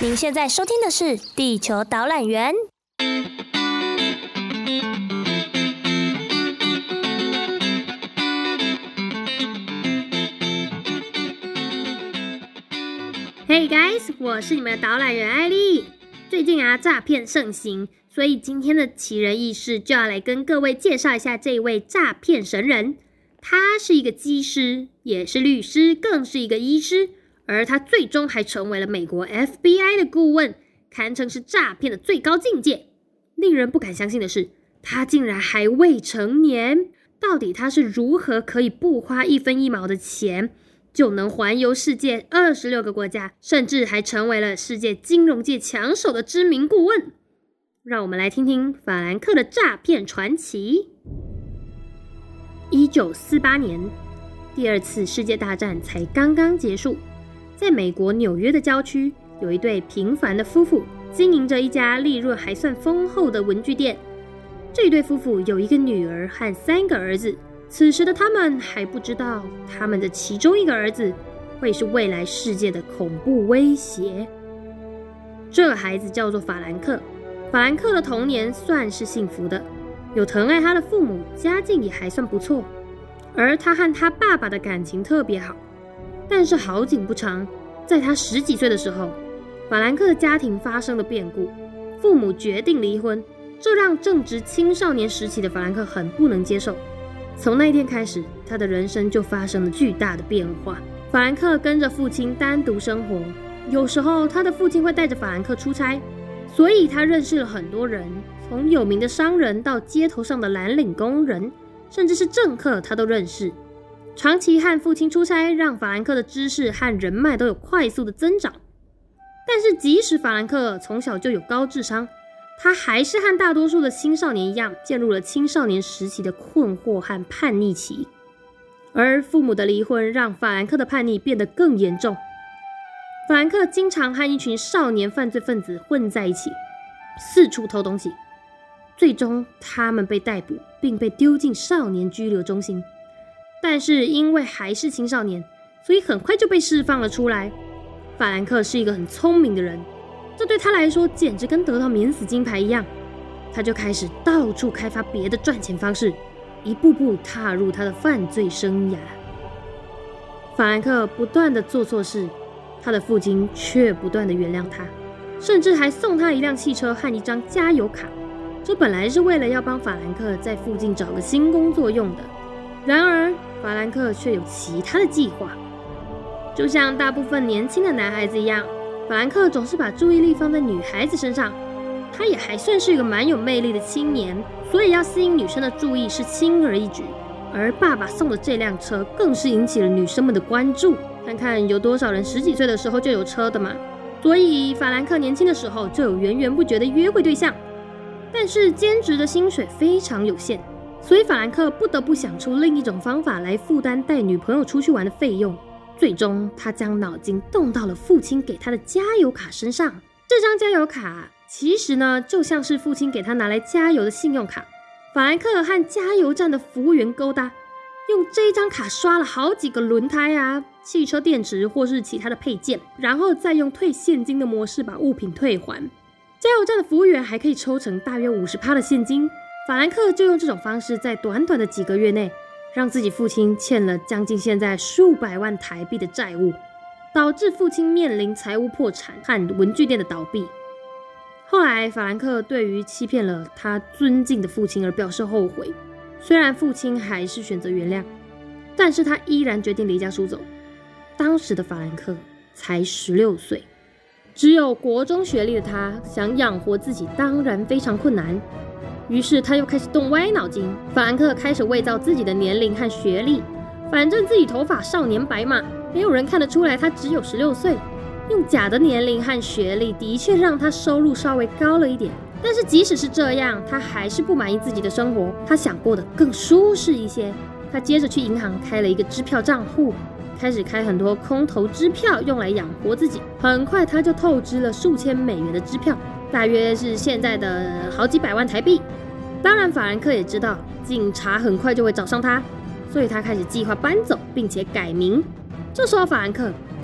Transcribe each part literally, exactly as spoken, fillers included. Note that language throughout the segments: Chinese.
您现在收听的是《地球导览员》。Hey guys， 我是你们的导览员艾莉。最近啊，诈骗盛行，所以今天的奇人异事就要来跟各位介绍一下这一位诈骗神人。他是一个机师，也是律师，更是一个医师，而他最终还成为了美国 F B I 的顾问，堪称是诈骗的最高境界。令人不敢相信的是，他竟然还未成年。到底他是如何可以不花一分一毛的钱就能环游世界二十六个国家，甚至还成为了世界金融界抢手的知名顾问？让我们来听听法兰克的诈骗传奇。一九四八年，第二次世界大战才刚刚结束，在美国纽约的郊区，有一对平凡的夫妇经营着一家利润还算丰厚的文具店。这对夫妇有一个女儿和三个儿子，此时的他们还不知道，他们的其中一个儿子会是未来世界的恐怖威胁。这个孩子叫做法兰克。法兰克的童年算是幸福的，有疼爱他的父母，家境也还算不错，而他和他爸爸的感情特别好。但是好景不长，在他十几岁的时候，法兰克的家庭发生了变故，父母决定离婚，这让正值青少年时期的法兰克很不能接受。从那一天开始，他的人生就发生了巨大的变化。法兰克跟着父亲单独生活，有时候他的父亲会带着法兰克出差，所以他认识了很多人，从有名的商人到街头上的蓝领工人，甚至是政客他都认识。长期和父亲出差，让法兰克的知识和人脉都有快速的增长。但是即使法兰克从小就有高智商，他还是和大多数的青少年一样，陷入了青少年时期的困惑和叛逆期。而父母的离婚让法兰克的叛逆变得更严重。法兰克经常和一群少年犯罪分子混在一起，四处偷东西。最终他们被逮捕，并被丢进少年拘留中心。但是因为还是青少年，所以很快就被释放了出来。法兰克是一个很聪明的人，这对他来说简直跟得到免死金牌一样。他就开始到处开发别的赚钱方式，一步步踏入他的犯罪生涯。法兰克不断的做错事，他的父亲却不断的原谅他，甚至还送他一辆汽车和一张加油卡。这本来是为了要帮法兰克在附近找个新工作用的，然而法兰克却有其他的计划。就像大部分年轻的男孩子一样，法兰克总是把注意力放在女孩子身上。他也还算是一个蛮有魅力的青年，所以要吸引女生的注意是轻而易举。而爸爸送的这辆车更是引起了女生们的关注，看看有多少人十几岁的时候就有车的嘛。所以法兰克年轻的时候就有源源不绝的约会对象。但是兼职的薪水非常有限，所以法兰克不得不想出另一种方法来负担带女朋友出去玩的费用。最终他将脑筋动到了父亲给他的加油卡身上。这张加油卡其实呢，就像是父亲给他拿来加油的信用卡。法兰克和加油站的服务员勾搭，用这张卡刷了好几个轮胎啊、汽车电池或是其他的配件，然后再用退现金的模式把物品退还。加油站的服务员还可以抽成大约 百分之五十 的现金。法兰克就用这种方式，在短短的几个月内，让自己父亲欠了将近现在数百万台币的债务，导致父亲面临财务破产和文具店的倒闭。后来法兰克对于欺骗了他尊敬的父亲而表示后悔，虽然父亲还是选择原谅，但是他依然决定离家出走。当时的法兰克才十六岁，只有国中学历的他想养活自己当然非常困难，于是他又开始动歪脑筋。法兰克开始伪造自己的年龄和学历，反正自己头发少年白嘛，没有人看得出来他只有十六岁。用假的年龄和学历的确让他收入稍微高了一点，但是即使是这样，他还是不满意自己的生活，他想过得更舒适一些。他接着去银行开了一个支票账户，开始开很多空头支票用来养活自己。很快他就透支了数千美元的支票，大约是现在的好几百万台币。当然法兰克也知道警察很快就会找上他，所以他开始计划搬走并且改名。这时候法兰克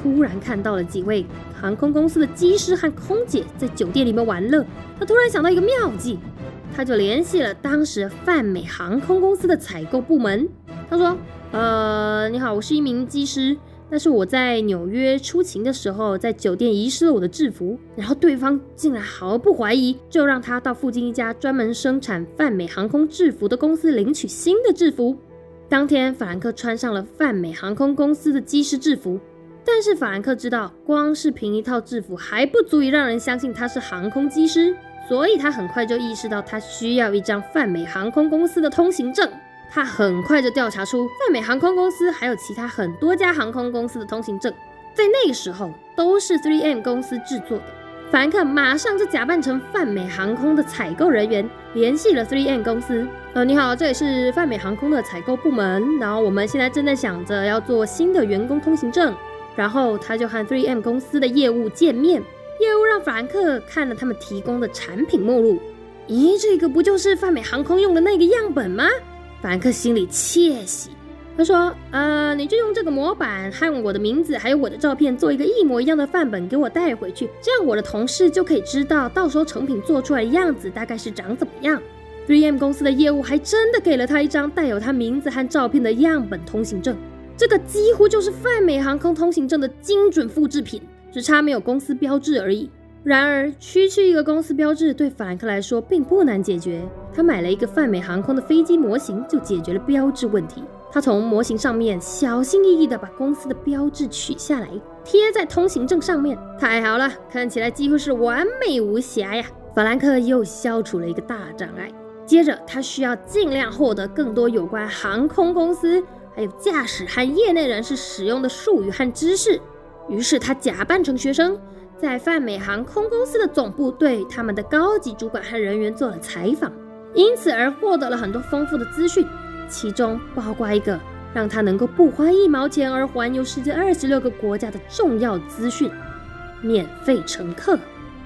突然看到了几位航空公司的机师和空姐在酒店里面玩乐，他突然想到一个妙计，他就联系了当时泛美航空公司的采购部门。他说：“呃，你好，我是一名机师，但是我在纽约出勤的时候，在酒店遗失了我的制服。”然后对方竟然毫不怀疑，就让他到附近一家专门生产泛美航空制服的公司领取新的制服。当天，法兰克穿上了泛美航空公司的机师制服，但是法兰克知道，光是凭一套制服还不足以让人相信他是航空机师，所以他很快就意识到他需要一张泛美航空公司的通行证。他很快就调查出泛美航空公司还有其他很多家航空公司的通行证，在那个时候都是 三 M 公司制作的。法兰克马上就假扮成泛美航空的采购人员，联系了 三 M 公司。呃，你好，这里是泛美航空的采购部门，然后我们现在正在想着要做新的员工通行证。然后他就和 三 M 公司的业务见面，业务让法兰克看了他们提供的产品目录。咦，这个不就是泛美航空用的那个样本吗？法兰克心里窃喜，他说：“呃，你就用这个模板和我的名字还有我的照片做一个一模一样的范本给我带回去，这样我的同事就可以知道到时候成品做出来的样子大概是长怎么样。”三 M 公司的业务还真的给了他一张带有他名字和照片的样本通行证，这个几乎就是泛美航空通行证的精准复制品，只差没有公司标志而已。然而，区区一个公司标志对法兰克来说并不难解决。他买了一个泛美航空的飞机模型，就解决了标志问题。他从模型上面小心翼翼地把公司的标志取下来，贴在通行证上面。太好了，看起来几乎是完美无瑕呀！法兰克又消除了一个大障碍。接着，他需要尽量获得更多有关航空公司还有驾驶和业内人士使用的术语和知识。于是他假扮成学生，在泛美航空公司的总部对他们的高级主管和人员做了采访，因此而获得了很多丰富的资讯，其中包括一个让他能够不花一毛钱而环游世界二十六个国家的重要资讯：免费乘客。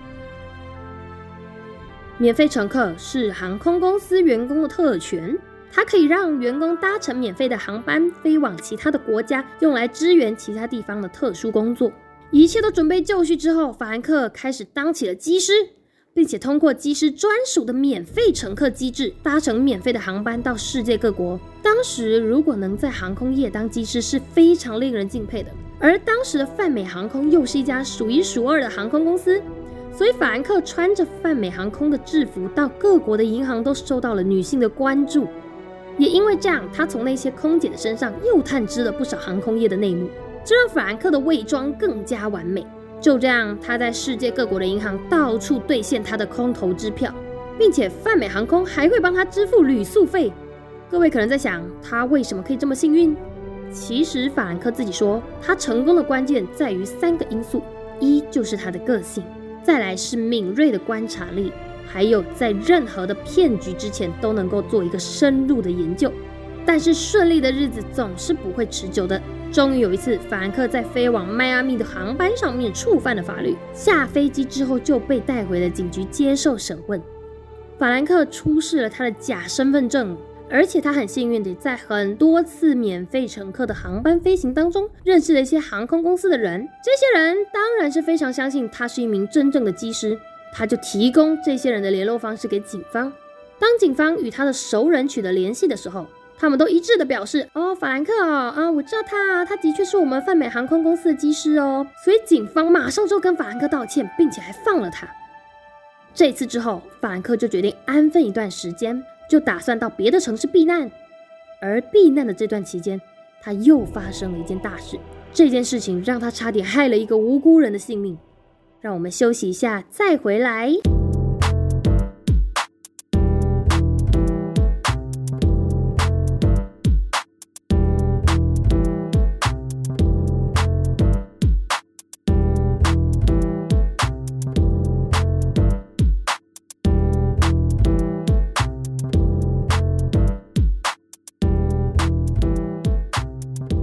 免费乘客是航空公司员工的特权，它可以让员工搭乘免费的航班飞往其他的国家，用来支援其他地方的特殊工作。一切都准备就绪之后，法兰克开始当起了机师，并且通过机师专属的免费乘客机制，搭乘免费的航班到世界各国。当时如果能在航空业当机师是非常令人敬佩的，而当时的泛美航空又是一家数一数二的航空公司，所以法兰克穿着泛美航空的制服到各国的银行都受到了女性的关注。也因为这样，他从那些空姐的身上又探知了不少航空业的内幕，这让法兰克的伪装更加完美。就这样，他在世界各国的银行到处兑现他的空头支票，并且泛美航空还会帮他支付旅宿费。各位可能在想，他为什么可以这么幸运？其实法兰克自己说，他成功的关键在于三个因素：一就是他的个性，再来是敏锐的观察力，还有在任何的骗局之前都能够做一个深入的研究。但是顺利的日子总是不会持久的。终于有一次，法兰克在飞往迈阿密的航班上面触犯了法律，下飞机之后就被带回了警局接受审问。法兰克出示了他的假身份证，而且他很幸运地在很多次免费乘客的航班飞行当中认识了一些航空公司的人，这些人当然是非常相信他是一名真正的机师，他就提供这些人的联络方式给警方。当警方与他的熟人取得联系的时候，他们都一致的表示，哦，法兰克哦，啊，我知道他，他的确是我们泛美航空公司的机师哦。所以警方马上就跟法兰克道歉，并且还放了他。这次之后，法兰克就决定安分一段时间，就打算到别的城市避难。而避难的这段期间，他又发生了一件大事，这件事情让他差点害了一个无辜人的性命。让我们休息一下，再回来。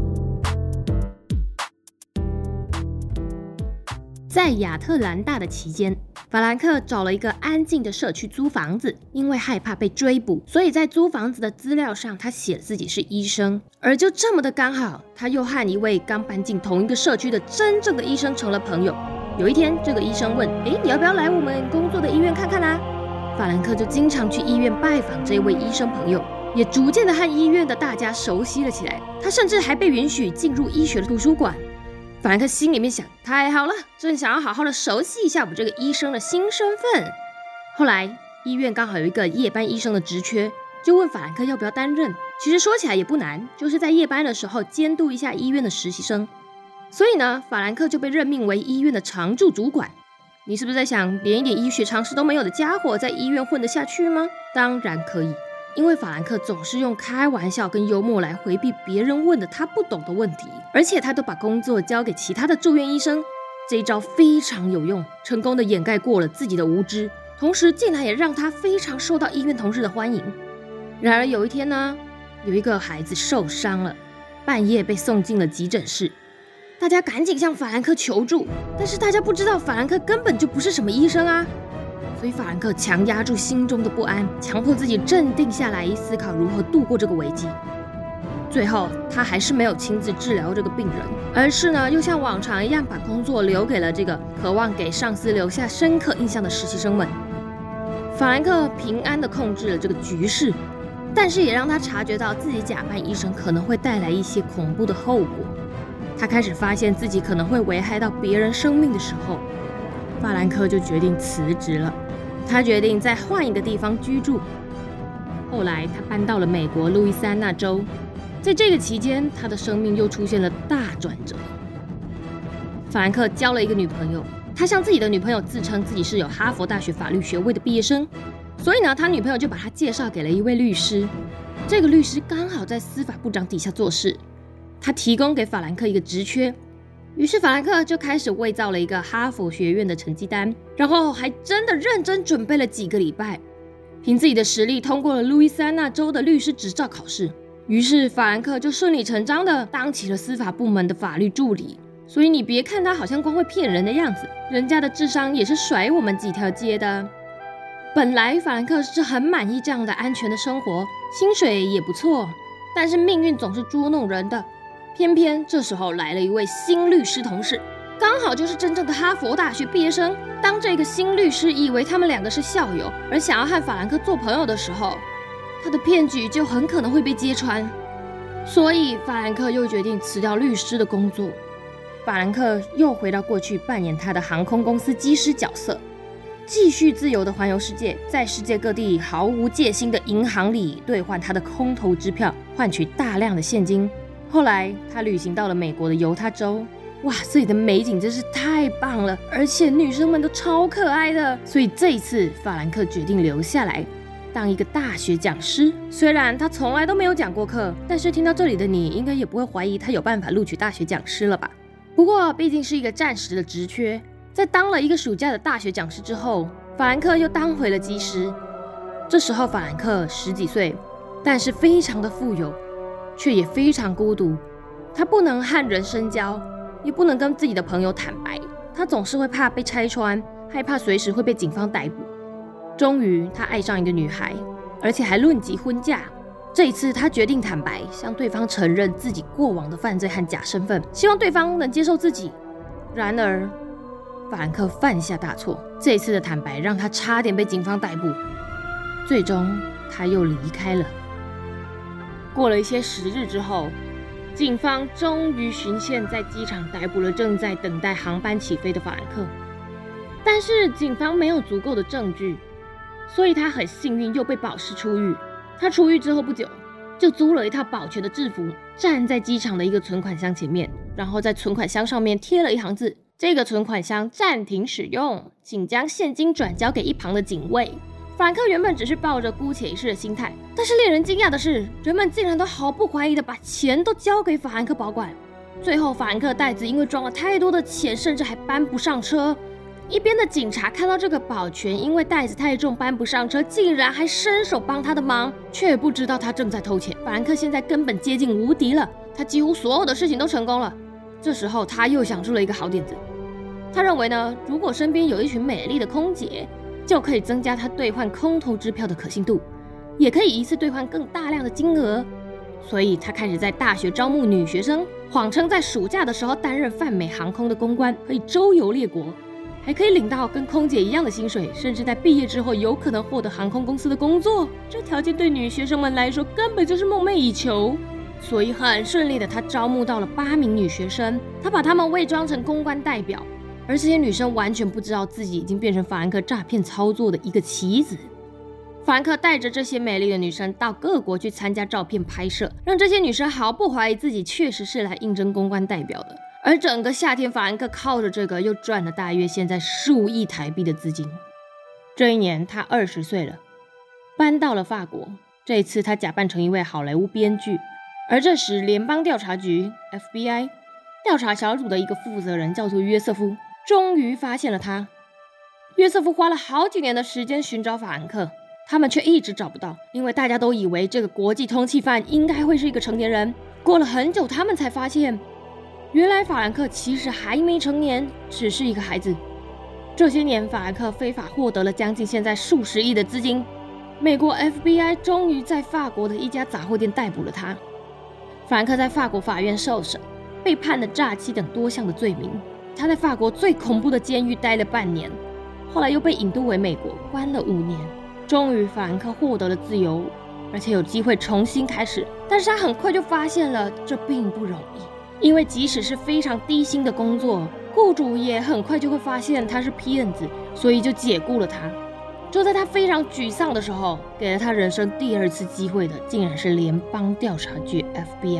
在亚特兰大的期间， 法兰克找了一个安静的社区租房子，因为害怕被追捕，所以在租房子的资料上，他写自己是医生。而就这么的刚好，他又和一位刚搬进同一个社区的真正的医生成了朋友。有一天，这个医生问：诶，你要不要来我们工作的医院看看啊？法兰克就经常去医院拜访这位医生朋友，也逐渐的和医院的大家熟悉了起来。他甚至还被允许进入医学的图书馆。法兰克心里面想：太好了，正想要好好的熟悉一下我这个医生的新身份。后来医院刚好有一个夜班医生的职缺，就问法兰克要不要担任。其实说起来也不难，就是在夜班的时候监督一下医院的实习生。所以呢，法兰克就被任命为医院的常驻主管。你是不是在想，连一点医学常识都没有的家伙在医院混得下去吗？当然可以，因为法兰克总是用开玩笑跟幽默来回避别人问的他不懂的问题，而且他都把工作交给其他的住院医生。这一招非常有用，成功的掩盖过了自己的无知，同时竟然也让他非常受到医院同事的欢迎。然而有一天呢，有一个孩子受伤了，半夜被送进了急诊室。大家赶紧向法兰克求助，但是大家不知道法兰克根本就不是什么医生啊。所以法兰克强压住心中的不安，强迫自己镇定下来，思考如何度过这个危机。最后他还是没有亲自治疗这个病人，而是呢又像往常一样把工作留给了这个渴望给上司留下深刻印象的实习生们。法兰克平安地控制了这个局势，但是也让他察觉到自己假扮医生可能会带来一些恐怖的后果。他开始发现自己可能会危害到别人生命的时候，法兰克就决定辞职了。他决定再换一个地方居住。后来他搬到了美国路易斯安那州，在这个期间，他的生命又出现了大转折。法兰克交了一个女朋友，他向自己的女朋友自称自己是有哈佛大学法律学位的毕业生，所以呢，他女朋友就把他介绍给了一位律师。这个律师刚好在司法部长底下做事，他提供给法兰克一个职缺，于是法兰克就开始伪造了一个哈佛学院的成绩单，然后还真的认真准备了几个礼拜，凭自己的实力通过了路易斯安那州的律师执照考试。于是法兰克就顺理成章的当起了司法部门的法律助理。所以你别看他好像光会骗人的样子，人家的智商也是甩我们几条街的。本来法兰克是很满意这样的安全的生活，薪水也不错，但是命运总是捉弄人的。偏偏这时候来了一位新律师同事，刚好就是真正的哈佛大学毕业生。当这个新律师以为他们两个是校友，而想要和法兰克做朋友的时候，他的骗局就很可能会被揭穿。所以法兰克又决定辞掉律师的工作。法兰克又回到过去扮演他的航空公司机师角色，继续自由的环游世界，在世界各地毫无戒心的银行里兑换他的空头支票，换取大量的现金。后来他旅行到了美国的犹他州，哇，这里的美景真是太棒了，而且女生们都超可爱的。所以这一次法兰克决定留下来当一个大学讲师。虽然他从来都没有讲过课，但是听到这里的你应该也不会怀疑他有办法录取大学讲师了吧。不过毕竟是一个暂时的职缺，在当了一个暑假的大学讲师之后，法兰克又当回了机师。这时候法兰克十几岁，但是非常的富有，却也非常孤独。他不能和人深交，也不能跟自己的朋友坦白，他总是会怕被拆穿，害怕随时会被警方逮捕。终于他爱上一个女孩，而且还论及婚嫁。这一次他决定坦白，向对方承认自己过往的犯罪和假身份，希望对方能接受自己。然而法兰克犯下大错，这一次的坦白让他差点被警方逮捕，最终他又离开了。过了一些时日之后，警方终于循线在机场逮捕了正在等待航班起飞的法兰克。但是警方没有足够的证据，所以他很幸运又被保释出狱。他出狱之后不久，就租了一套保全的制服，站在机场的一个存款箱前面，然后在存款箱上面贴了一行字：这个存款箱暂停使用，请将现金转交给一旁的警卫。法兰克原本只是抱着姑且一试的心态，但是令人惊讶的是，人们竟然都毫不怀疑的把钱都交给法兰克保管。最后法兰克的袋子因为装了太多的钱，甚至还搬不上车。一边的警察看到这个保全因为袋子太重搬不上车，竟然还伸手帮他的忙，却不知道他正在偷钱。法兰克现在根本接近无敌了，他几乎所有的事情都成功了。这时候他又想出了一个好点子， 他认为呢，如果身边有一群美丽的空姐，就可以增加他兑换空头支票的可信度，也可以一次兑换更大量的金额。所以他开始在大学招募女学生，谎称在暑假的时候担任泛美航空的公关，可以周游列国，还可以领到跟空姐一样的薪水，甚至在毕业之后有可能获得航空公司的工作。这条件对女学生们来说根本就是梦寐以求。所以很顺利的，他招募到了八名女学生，他把她们伪装成公关代表，而这些女生完全不知道自己已经变成法兰克诈骗操作的一个棋子。法兰克带着这些美丽的女生到各国去参加照片拍摄，让这些女生毫不怀疑自己确实是来应征公关代表的。而整个夏天，法兰克靠着这个又赚了大约现在数亿台币的资金。这一年他二十岁了，搬到了法国。这一次他假扮成一位好莱坞编剧，而这时联邦调查局 F B I 调查小组的一个负责人叫做约瑟夫，终于发现了他。约瑟夫花了好几年的时间寻找法兰克，他们却一直找不到，因为大家都以为这个国际通缉犯应该会是一个成年人。过了很久，他们才发现原来法兰克其实还没成年，只是一个孩子。这些年，法兰克非法获得了将近现在数十亿的资金。美国 F B I 终于在法国的一家杂货店逮捕了他。法兰克在法国法院受审，被判了诈欺等多项的罪名。他在法国最恐怖的监狱待了半年，后来又被引渡回美国，关了五年。终于，法兰克获得了自由，而且有机会重新开始。但是他很快就发现了，这并不容易。因为即使是非常低薪的工作，雇主也很快就会发现他是骗子，所以就解雇了他。就在他非常沮丧的时候，给了他人生第二次机会的，竟然是联邦调查局 F B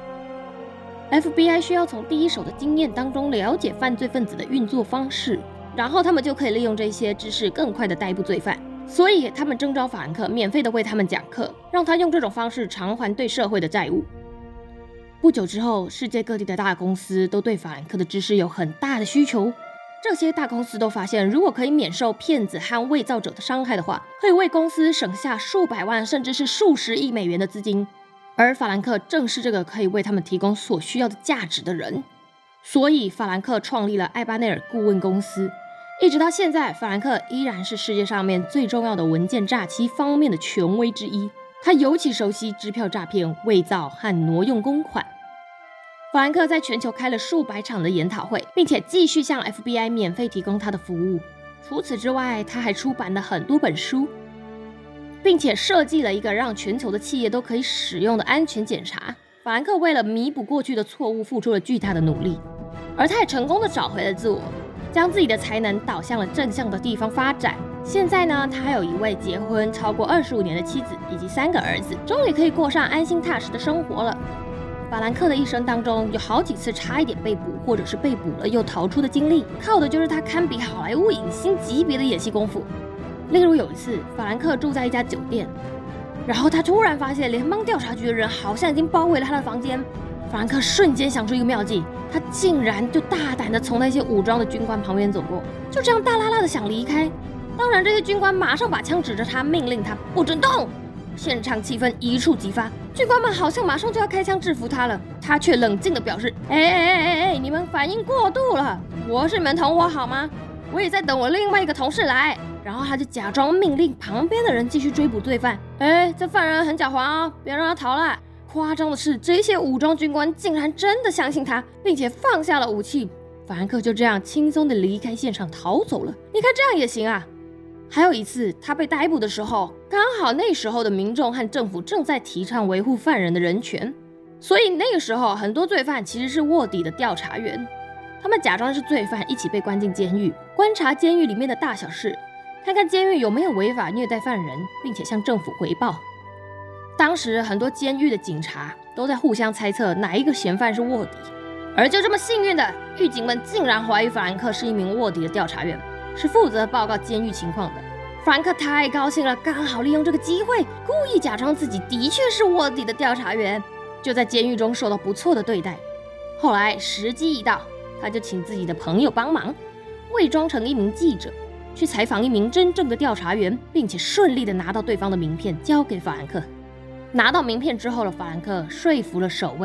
I。F B I 需要从第一手的经验当中了解犯罪分子的运作方式，然后他们就可以利用这些知识更快地逮捕罪犯。所以他们征召法兰克，免费地为他们讲课，让他用这种方式偿还对社会的债务。不久之后，世界各地的大公司都对法兰克的知识有很大的需求。这些大公司都发现，如果可以免受骗子和伪造者的伤害的话，可以为公司省下数百万甚至是数十亿美元的资金。而法兰克正是这个可以为他们提供所需要的价值的人。所以法兰克创立了艾巴内尔顾问公司。一直到现在，法兰克依然是世界上面最重要的文件诈欺方面的权威之一。他尤其熟悉支票诈骗、伪造和挪用公款。法兰克在全球开了数百场的研讨会，并且继续向 F B I 免费提供他的服务。除此之外，他还出版了很多本书，并且设计了一个让全球的企业都可以使用的安全检查。法兰克为了弥补过去的错误，付出了巨大的努力，而他也成功的找回了自我，将自己的才能导向了正向的地方发展。现在呢，他还有一位结婚超过二十五年的妻子，以及三个儿子，终于可以过上安心踏实的生活了。法兰克的一生当中，有好几次差一点被捕，或者是被捕了又逃出的经历，靠的就是他堪比好莱坞影星级别的演戏功夫。例如有一次，法兰克住在一家酒店，然后他突然发现联邦调查局的人好像已经包围了他的房间。法兰克瞬间想出一个妙计，他竟然就大胆的从那些武装的军官旁边走过，就这样大拉拉的想离开。当然，这些军官马上把枪指着他，命令他不准动。现场气氛一触即发，军官们好像马上就要开枪制服他了，他却冷静地表示：哎哎哎哎哎，你们反应过度了，我是你们同伙好吗？我也在等我另外一个同事来。然后他就假装命令旁边的人继续追捕罪犯。哎，这犯人很狡猾哦，别让他逃了。夸张的是，这些武装军官竟然真的相信他，并且放下了武器。法兰克就这样轻松地离开现场逃走了。你看这样也行啊。还有一次，他被逮捕的时候，刚好那时候的民众和政府正在提倡维护犯人的人权，所以那个时候很多罪犯其实是卧底的调查员，他们假装是罪犯一起被关进监狱，观察监狱里面的大小事，看看监狱有没有违法虐待犯人，并且向政府回报。当时很多监狱的警察都在互相猜测哪一个嫌犯是卧底，而就这么幸运的，狱警们竟然怀疑法兰克是一名卧底的调查员，是负责报告监狱情况的。法兰克太高兴了，刚好利用这个机会，故意假装自己的确是卧底的调查员，就在监狱中受到不错的对待。后来时机一到，他就请自己的朋友帮忙，伪装成一名记者，去采访一名真正的调查员，并且顺利的拿到对方的名片，交给法兰克。拿到名片之后的法兰克说服了守卫，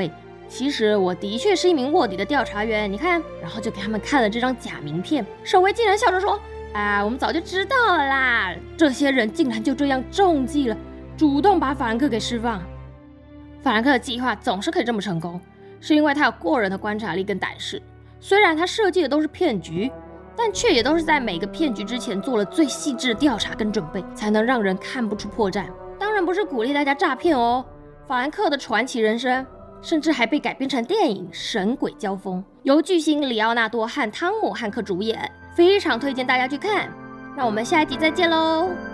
其实我的确是一名卧底的调查员，你看。然后就给他们看了这张假名片，守卫竟然笑着说：啊，我们早就知道了啦，这些人竟然就这样中计了，主动把法兰克给释放。法兰克的计划总是可以这么成功，是因为他有过人的观察力跟胆识。虽然他设计的都是骗局，但却也都是在每个骗局之前做了最细致的调查跟准备，才能让人看不出破绽。当然不是鼓励大家诈骗哦。法兰克的传奇人生甚至还被改编成电影《神鬼交锋》，由巨星里奥纳多和汤姆汉克主演，非常推荐大家去看。那我们下一集再见喽。